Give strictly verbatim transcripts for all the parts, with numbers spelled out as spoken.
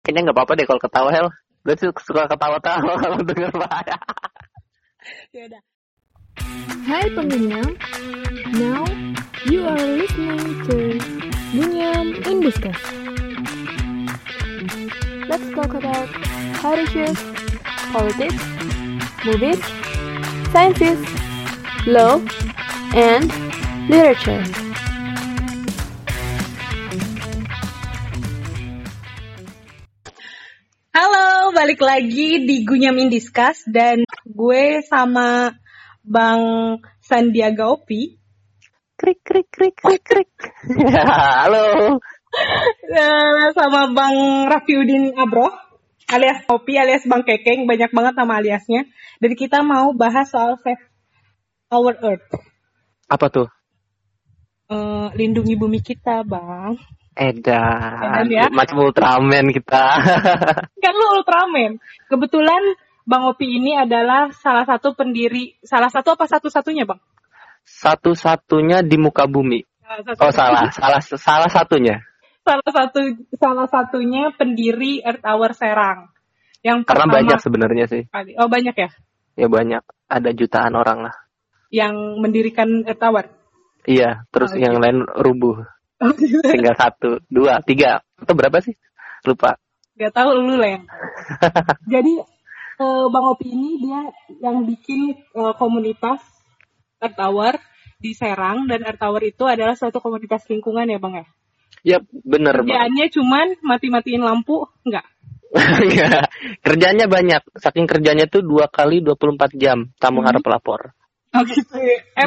Kayaknya nggak apa-apa deh kalau ketawa, Hel. Gue tuh suka ketawa-tawa kalau denger Pak. Ya udah. Hai pengunyam, now you are listening to Gunyam in Discuss. Let's talk about health issues, politics, movies, sciences, law, and literature. Halo, balik lagi di Gunyam in Discuss dan gue sama Bang Sandiaga Opi. Krik krik krik krik krik. Halo. Nah, sama Bang Rafiudin Abroh alias Opi alias Bang Kekeng, banyak banget nama aliasnya. Dan kita mau bahas soal Save Our Earth. Apa tuh? Uh, lindungi bumi kita, Bang. Edan, Edan ya? Macam Ultraman kita. Kan lu Ultraman. Kebetulan Bang Opi ini adalah salah satu pendiri, salah satu apa satu-satunya, Bang? Satu-satunya di muka bumi. Salah satu Oh salah, salah salah satunya. Salah satu salah satunya pendiri Earth Hour Serang. Yang Karena pertama banyak sebenarnya sih. kali. Oh, banyak ya? Ya banyak, ada jutaan orang lah. Yang mendirikan Earth Hour. Iya, terus Oh, yang gitu. lain rubuh. Tinggal satu, dua, tiga, atau berapa sih? Lupa. Gak tahu lu Len. Jadi eh, Bang Opi ini dia yang bikin eh, komunitas Earth Hour di Serang, dan Earth Hour itu adalah suatu komunitas lingkungan ya, Bang ya. Yap, bener Bang. Kerjaannya cuman mati-matiin lampu, enggak. Kerjanya banyak. Saking kerjanya tuh dua kali dua puluh empat jam. Tamu Hmm. harap lapor. Oh gitu. Eh,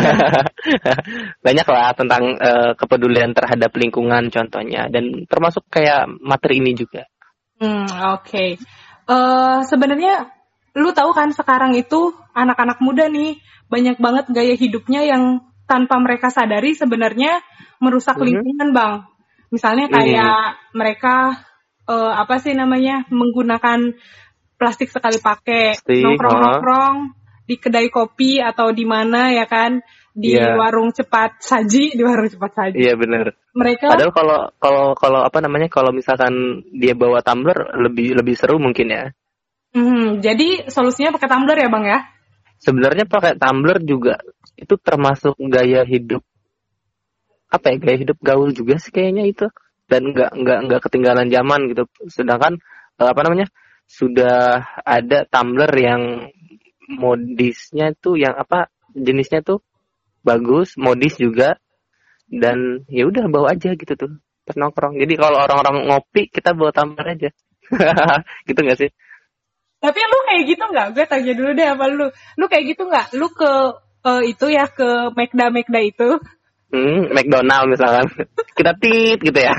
Banyak lah tentang uh, kepedulian terhadap lingkungan contohnya. Dan termasuk kayak materi ini juga. Hmm, oke. Okay. Uh, sebenarnya lu tahu kan sekarang itu anak-anak muda nih banyak banget gaya hidupnya yang tanpa mereka sadari sebenarnya merusak Mm-hmm. lingkungan, Bang. Misalnya kayak mm. mereka uh, apa sih namanya menggunakan plastik sekali pakai, Plastik, nongkrong-nongkrong huh? di kedai kopi atau di mana ya kan, di yeah. warung cepat saji, di warung cepat saji. Iya yeah, benar. Mereka padahal kalau kalau kalau apa namanya kalau misalkan dia bawa tumbler lebih lebih seru mungkin ya. Hmm, jadi solusinya pakai tumbler ya, Bang ya? Sebenarnya pakai tumbler juga itu termasuk gaya hidup apa ya gaya hidup gaul juga sih kayaknya itu, dan nggak nggak nggak ketinggalan zaman gitu. Sedangkan apa namanya sudah ada tumbler yang modisnya tuh yang apa jenisnya tuh bagus, modis juga, dan ya udah bawa aja gitu tuh nongkrong. Jadi kalau orang-orang ngopi kita bawa tumbler aja. Gitu nggak sih? Tapi lu kayak gitu nggak? Gue tanya dulu deh apa lu. Lu kayak gitu nggak? Lu ke uh, itu ya ke Mekda Mekda itu? Hmm, McDonald misalkan. Kita tit gitu ya.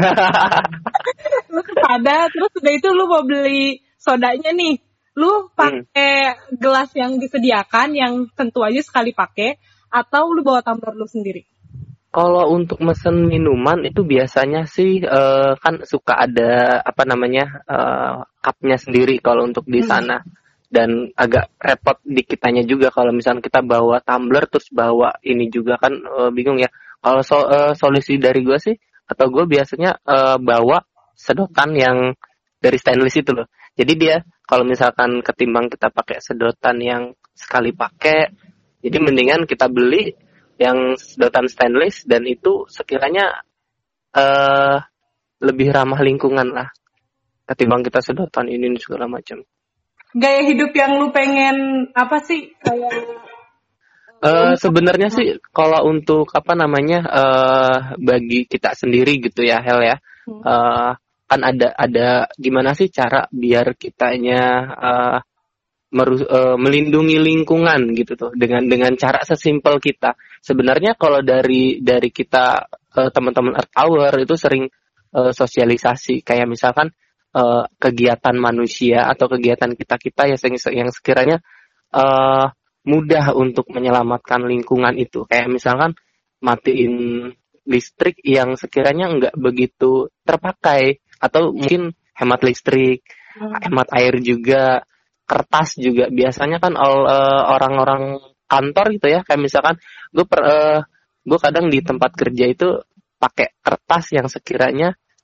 Lu kepada terus udah itu lu mau beli sodanya nih. Lu pakai hmm. gelas yang disediakan yang tentu aja sekali pakai atau lu bawa tumbler lu sendiri? Kalau untuk mesen minuman itu biasanya sih uh, kan suka ada apa namanya uh, cupnya sendiri kalau untuk di sana. Hmm. Dan agak repot di kitanya juga kalau misalnya kita bawa tumbler terus bawa ini juga kan uh, bingung ya. Kalau so, uh, solusi dari gue sih atau gue biasanya uh, bawa sedotan yang dari stainless itu loh. Jadi dia kalau misalkan ketimbang kita pakai sedotan yang sekali pakai, jadi mendingan kita beli yang sedotan stainless dan itu sekiranya uh, lebih ramah lingkungan lah ketimbang kita sedotan ini segala macam. Gaya hidup yang lu pengen apa sih kayak? Uh, sebenarnya sih kalau untuk apa namanya uh, bagi kita sendiri gitu ya Hel ya, uh, kan ada ada gimana sih cara biar kitanya uh, meru- uh, melindungi lingkungan gitu tuh dengan dengan cara sesimpel kita. Sebenarnya kalau dari dari kita uh, teman-teman Earth Hour itu sering uh, sosialisasi kayak misalkan uh, kegiatan manusia atau kegiatan kita-kita yang yang sekiranya uh, mudah untuk menyelamatkan lingkungan itu. Kayak misalkan matiin listrik yang sekiranya nggak begitu terpakai. Atau mungkin hemat listrik, hmm. hemat air juga, kertas juga. Biasanya kan all, uh, orang-orang kantor gitu ya. Kayak misalkan gue uh, gue kadang di tempat kerja itu pakai kertas yang sekiranya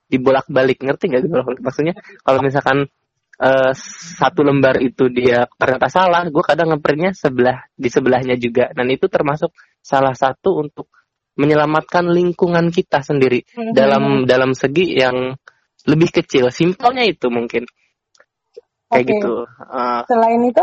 dibolak-balik, ngerti nggak dibolak-balik? Maksudnya kalau misalkan uh, satu lembar itu dia ternyata salah, gue kadang ngeprintnya sebelah di sebelahnya juga, dan itu termasuk salah satu untuk menyelamatkan lingkungan kita sendiri mm-hmm. dalam dalam segi yang lebih kecil. Simpelnya itu mungkin kayak okay. gitu. Uh, Selain itu?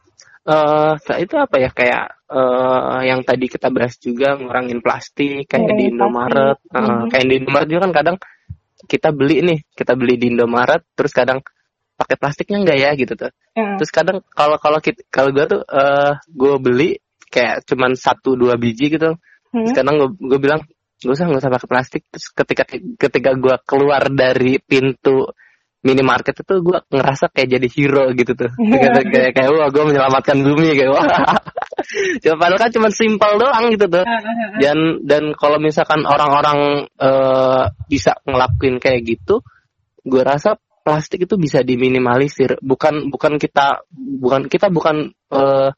Uh, itu apa ya, kayak uh, yang tadi kita bahas juga, ngurangin plastik kayak ngurangin di Indomaret. Uh, mm-hmm. Kayak di Indomaret juga kan kadang kita beli nih, kita beli di Indomaret, terus kadang pakai plastiknya enggak ya gitu tuh. Yeah. Terus kadang kalau kalau kalau gue tuh uh, gue beli kayak cuman satu dua biji gitu. Hmm. Terus kadang gue gue bilang gak usah gak usah pakai plastik. Terus ketika ketika gue keluar dari pintu minimarket itu gue ngerasa kayak jadi hero gitu tuh. kayak kayak, kayak wah gue menyelamatkan bumi kayak wah. Cuma padahal kan cuma simpel doang gitu tuh. Dan dan kalau misalkan orang-orang uh, bisa ngelakuin kayak gitu, gue rasa plastik itu bisa diminimalisir. Bukan bukan kita bukan kita bukan uh,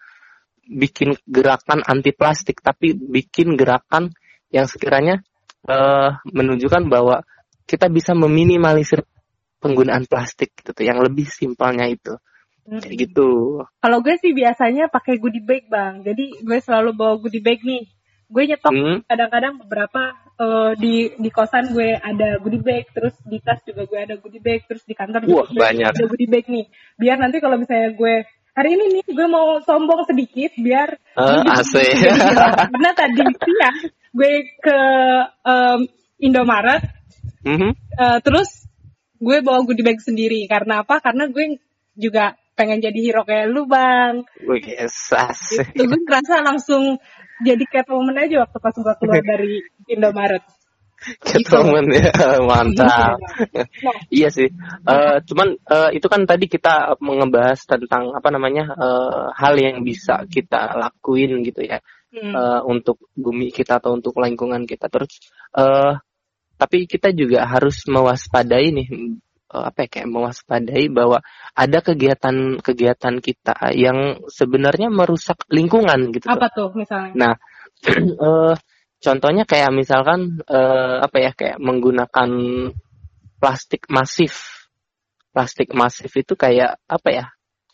bikin gerakan anti plastik, tapi bikin gerakan yang sekiranya uh, menunjukkan bahwa kita bisa meminimalisir penggunaan plastik gitu tuh, yang lebih simpelnya itu. Hmm. Kayak gitu. Kalau gue sih biasanya pakai goodie bag, Bang. Jadi gue selalu bawa goodie bag nih. Gue nyetok hmm. kadang-kadang beberapa uh, di di kosan gue ada goodie bag, terus di tas juga gue ada goodie bag, terus di kantor juga Wah, banyak. ada goodie bag nih. Biar nanti kalau misalnya gue hari ini nih gue mau sombong sedikit biar uh, asik. Karena tadi siang gue ke um, Indomaret, mm-hmm. uh, terus gue bawa goodie bag sendiri. Karena apa? Karena gue juga pengen jadi hero kayak lu, Bang. Wih, asik. Itu gue ngerasa langsung jadi Catwoman aja waktu pas gue keluar dari Indomaret. Catwoman gitu. Ya, mantap. Nah. Iya sih. Uh, cuman uh, itu kan tadi kita ngebahas tentang apa namanya uh, hal yang bisa kita lakuin gitu ya, hmm. uh, untuk bumi kita atau untuk lingkungan kita. Terus, uh, tapi kita juga harus mewaspadai nih, uh, apa ya, kayak mewaspadai bahwa ada kegiatan-kegiatan kita yang sebenarnya merusak lingkungan gitu. Apa tuh misalnya? Nah. uh, Contohnya kayak misalkan uh, apa ya, kayak menggunakan plastik masif. Plastik masif itu kayak apa ya?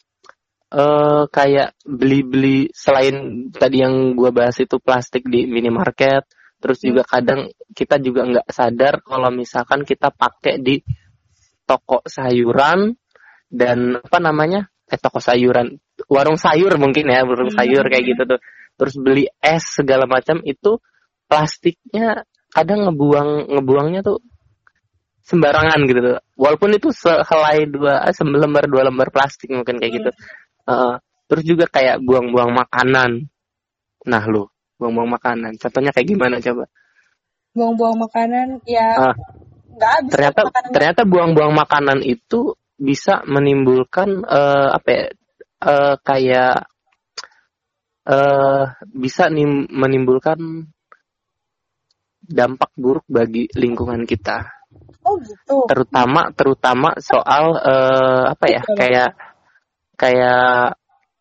Uh, kayak beli-beli, selain tadi yang gua bahas itu plastik di minimarket, terus juga kadang kita juga nggak sadar kalau misalkan kita pakai di toko sayuran dan apa namanya? Eh toko sayuran, warung sayur mungkin ya, warung sayur kayak gitu tuh. Terus beli es segala macam itu plastiknya kadang ngebuang ngebuangnya tuh sembarangan gitu tuh. Walaupun itu sehelai dua selembar dua lembar plastik mungkin kayak gitu. Uh, terus juga kayak buang-buang makanan. Nah lu, buang-buang makanan. Contohnya kayak gimana coba? Buang-buang makanan ya nggak uh, habis. Ternyata ternyata buang-buang makanan itu bisa menimbulkan uh, apa ya? Uh, kayak uh, bisa nim- menimbulkan dampak buruk bagi lingkungan kita. Oh gitu. Terutama terutama soal uh, apa ya, kayak kayak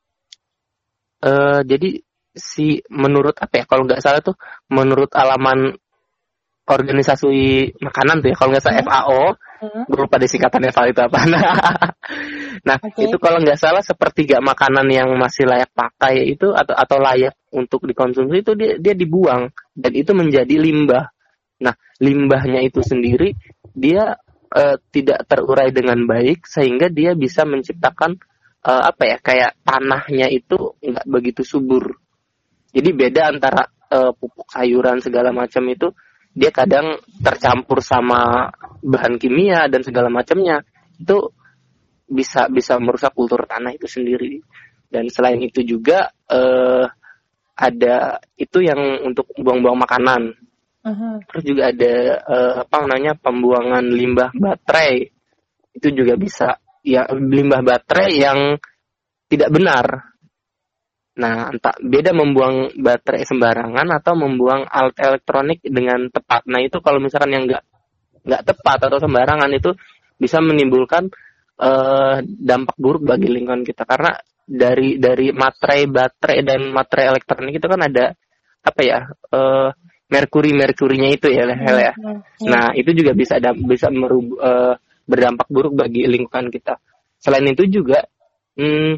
uh, jadi si menurut apa ya, kalau nggak salah tuh menurut alaman organisasi makanan tuh ya, kalau nggak salah hmm. F A O, hmm. gue lupa deh singkatannya F A O itu apa. Nah okay. Itu kalau nggak salah sepertiga makanan yang masih layak pakai itu atau atau layak untuk dikonsumsi itu dia dia dibuang dan itu menjadi limbah. Nah limbahnya itu sendiri dia uh, tidak terurai dengan baik sehingga dia bisa menciptakan uh, apa ya, kayak tanahnya itu nggak begitu subur. Jadi beda antara uh, pupuk sayuran segala macam itu dia kadang tercampur sama bahan kimia dan segala macamnya, itu bisa bisa merusak kultur tanah itu sendiri. Dan selain itu juga uh, ada itu yang untuk buang-buang makanan. Uh-huh. Terus juga ada uh, apa namanya pembuangan limbah baterai. Itu juga bisa ya, limbah baterai yang tidak benar. Nah, entah beda membuang baterai sembarangan atau membuang alat elektronik dengan tepat. Nah, itu kalau misalkan yang nggak nggak tepat atau sembarangan itu bisa menimbulkan uh, dampak buruk bagi lingkungan kita. Karena dari dari materai baterai dan materai elektronik itu kan ada apa ya, uh, merkuri merkurinya itu ya Hel ya. Hmm, hmm. Nah itu juga bisa ada bisa merub, uh, berdampak buruk bagi lingkungan kita. Selain itu juga hmm,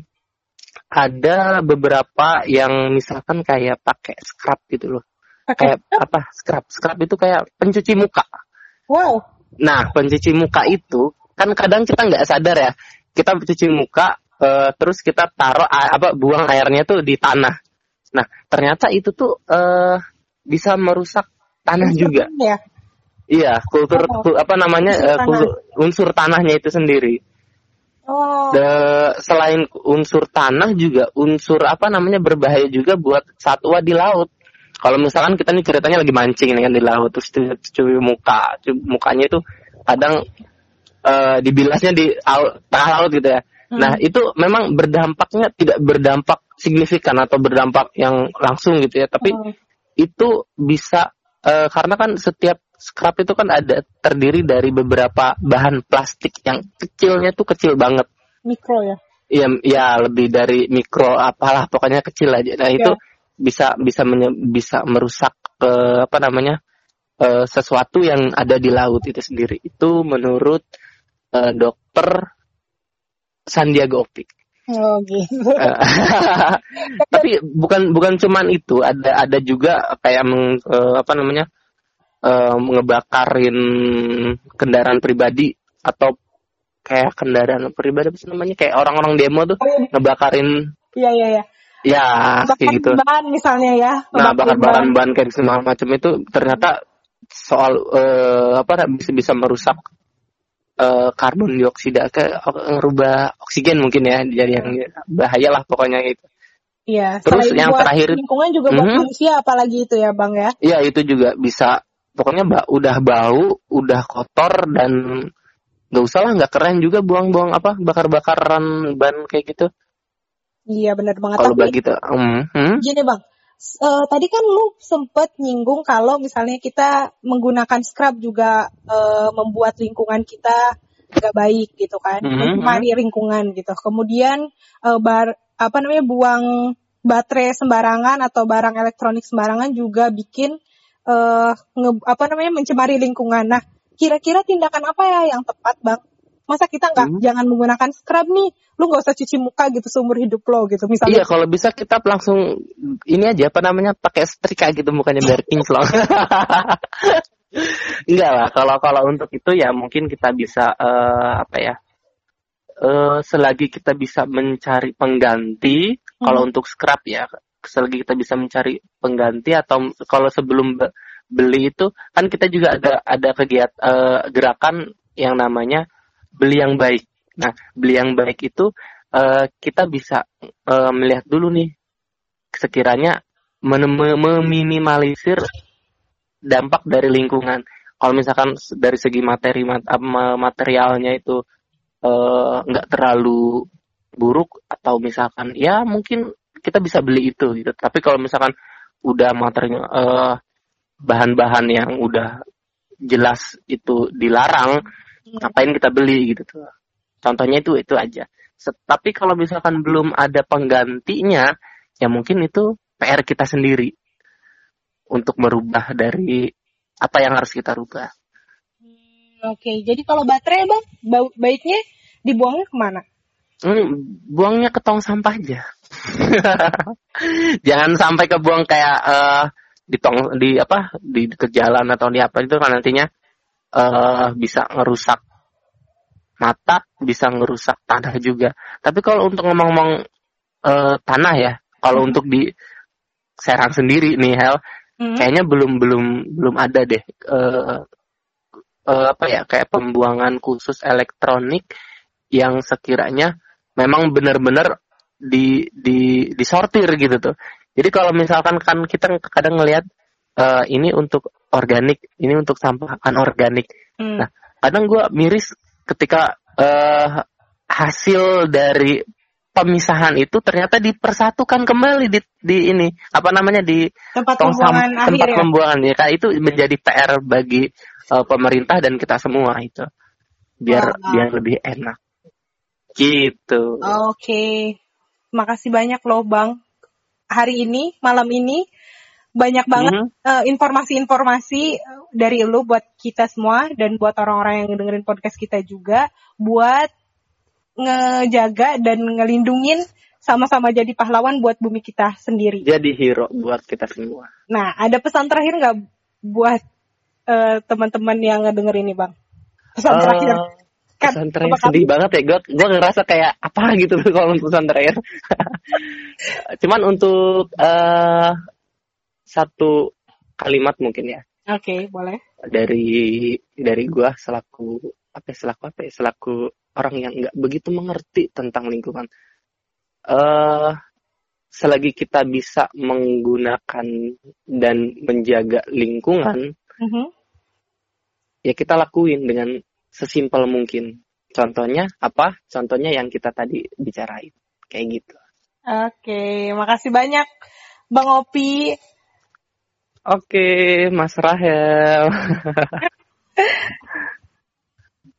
ada beberapa yang misalkan kayak pakai scrub gitu loh. Pakai Kayak apa? Scrub. Scrub itu kayak pencuci muka. Wow. Nah, pencuci muka itu kan kadang kita nggak sadar ya. Kita pencuci muka uh, terus kita taruh a- apa buang airnya tuh di tanah. Nah, ternyata itu tuh uh, bisa merusak tanah juga. Ya. Iya, kultur Oh. ku- apa namanya Unsur uh, tanah. kultur, unsur tanahnya itu sendiri. Oh. De- selain unsur tanah juga unsur apa namanya berbahaya juga buat satwa di laut. Kalau misalkan kita nih ceritanya lagi mancing nih kan di laut terus cuci muka, cuci mukanya itu kadang uh, dibilasnya di au- tengah laut gitu ya. Hmm. Nah, itu memang berdampaknya tidak berdampak signifikan atau berdampak yang langsung gitu ya, tapi Oh. itu bisa uh, karena kan setiap scrub itu kan ada terdiri dari beberapa bahan plastik yang kecilnya tuh kecil banget. Mikro ya. Iya, ya lebih dari mikro apalah pokoknya kecil aja. Nah, itu Ya. bisa bisa menye- bisa merusak eh, apa namanya? eh, sesuatu yang ada di laut itu sendiri. Itu menurut eh, dokter Sandiaga Opik. Oh gitu. Eh, Tapi bukan bukan cuman itu, ada ada juga kayak meng, eh, apa namanya? eh, ngebakarin kendaraan pribadi atau kayak kendaraan pribadi apa sih namanya? Kayak orang-orang demo tuh ngebakarin Iya iya iya. ya kayak gitu. Bahan misalnya ya. Nah, Ngebakarin bakar-bakaran bahan kayak segala macam itu ternyata soal eh, apa bisa bisa merusak eh, karbon dioksida ke ngerubah oksigen mungkin ya, jadi yang bahaya lah pokoknya itu. Iya. Terus Selain yang buat terakhir lingkungan juga buat Mhm. manusia apalagi itu ya Bang ya. Iya, itu juga bisa pokoknya ba- udah bau, udah kotor dan nggak usah lah, nggak keren juga buang-buang apa bakar-bakaran ban kayak gitu. Iya benar banget. Kalau Tapi bagi kita, hmm, hmm? gini Bang, s- eh, tadi kan lu sempet nyinggung kalau misalnya kita menggunakan scrub juga eh, membuat lingkungan kita gak baik gitu kan, Mhm. mencemari lingkungan gitu. Kemudian eh, bar apa namanya buang baterai sembarangan atau barang elektronik sembarangan juga bikin eh, nge- apa namanya mencemari lingkungan. Nah, kira-kira tindakan apa ya yang tepat Bang? Masa kita nggak Hmm. jangan menggunakan scrub nih, lu nggak usah cuci muka gitu seumur hidup lo gitu Iya, misalnya. kalau bisa kita langsung ini aja apa namanya pakai setrika gitu mukanya biar kinclong. Enggak lah, kalau kalau untuk itu ya mungkin kita bisa eh, apa ya? eh, selagi kita bisa mencari pengganti, kalau Hmm. untuk scrub ya, selagi kita bisa mencari pengganti atau kalau sebelum be- beli itu kan kita juga ada ada kegiatan eh, gerakan yang namanya beli yang baik. Nah, beli yang baik itu eh, kita bisa eh, melihat dulu nih sekiranya men- me- meminimalisir dampak dari lingkungan. Kalau misalkan s- dari segi materi mat- ama- materialnya itu eh, nggak terlalu buruk atau misalkan ya mungkin kita bisa beli itu gitu. Tapi kalau misalkan udah materinya eh, bahan-bahan yang udah jelas itu dilarang, ngapain kita beli gitu tuh. Contohnya itu itu aja. Set- Tapi kalau misalkan belum ada penggantinya, ya mungkin itu P R kita sendiri untuk merubah dari apa yang harus kita rubah. Oke, jadi kalau baterai Bang, ba- baiknya dibuangnya kemana? Hmm, buangnya ke tong sampah aja. Jangan sampai kebuang kayak eh, di tong di apa di ke jalan atau di apa itu kan nantinya eh, bisa ngerusak mata, bisa ngerusak tanah juga. Tapi kalau untuk ngomong-ngomong eh, tanah ya, kalau untuk di Serang sendiri nih Hel, Hmm. kayaknya belum belum belum ada deh eh, eh, apa ya kayak pembuangan khusus elektronik yang sekiranya memang benar-benar di di disortir gitu tuh. Jadi kalau misalkan kan kita kadang ngelihat eh, ini untuk organik, ini untuk sampah anorganik. Hmm. Nah, kadang gue miris ketika eh, hasil dari pemisahan itu ternyata dipersatukan kembali di di ini apa namanya di Tempat tong sam- pembuangan akhir tempat ya. pembuangan ya. Kak, itu menjadi P R bagi eh, pemerintah dan kita semua itu biar Wow. biar lebih enak gitu. Oke, makasih banyak loh Bang. Hari ini, malam ini, banyak banget Mhm. uh, informasi-informasi dari lu buat kita semua dan buat orang-orang yang dengerin podcast kita juga buat ngejaga dan ngelindungin sama-sama jadi pahlawan buat bumi kita sendiri. Jadi hero buat kita semua. Nah, ada pesan terakhir nggak buat uh, teman-teman yang ngedenger ini, Bang? Pesan Uh, terakhir. Kan, pesan terakhir sedih banget ya, gue gue ngerasa kayak apa gitu kalau untuk pesan terakhir. Cuman untuk uh, satu kalimat mungkin ya. Oke, okay, boleh. Dari dari gue selaku apa ya, selaku apa ya, selaku orang yang nggak begitu mengerti tentang lingkungan. Uh, selagi kita bisa menggunakan dan menjaga lingkungan, mm-hmm. ya kita lakuin dengan sesimpel mungkin. Contohnya apa? Contohnya yang kita tadi bicarain. Kayak gitu. Oke, makasih banyak Bang Opi. Oke, Mas Rahel.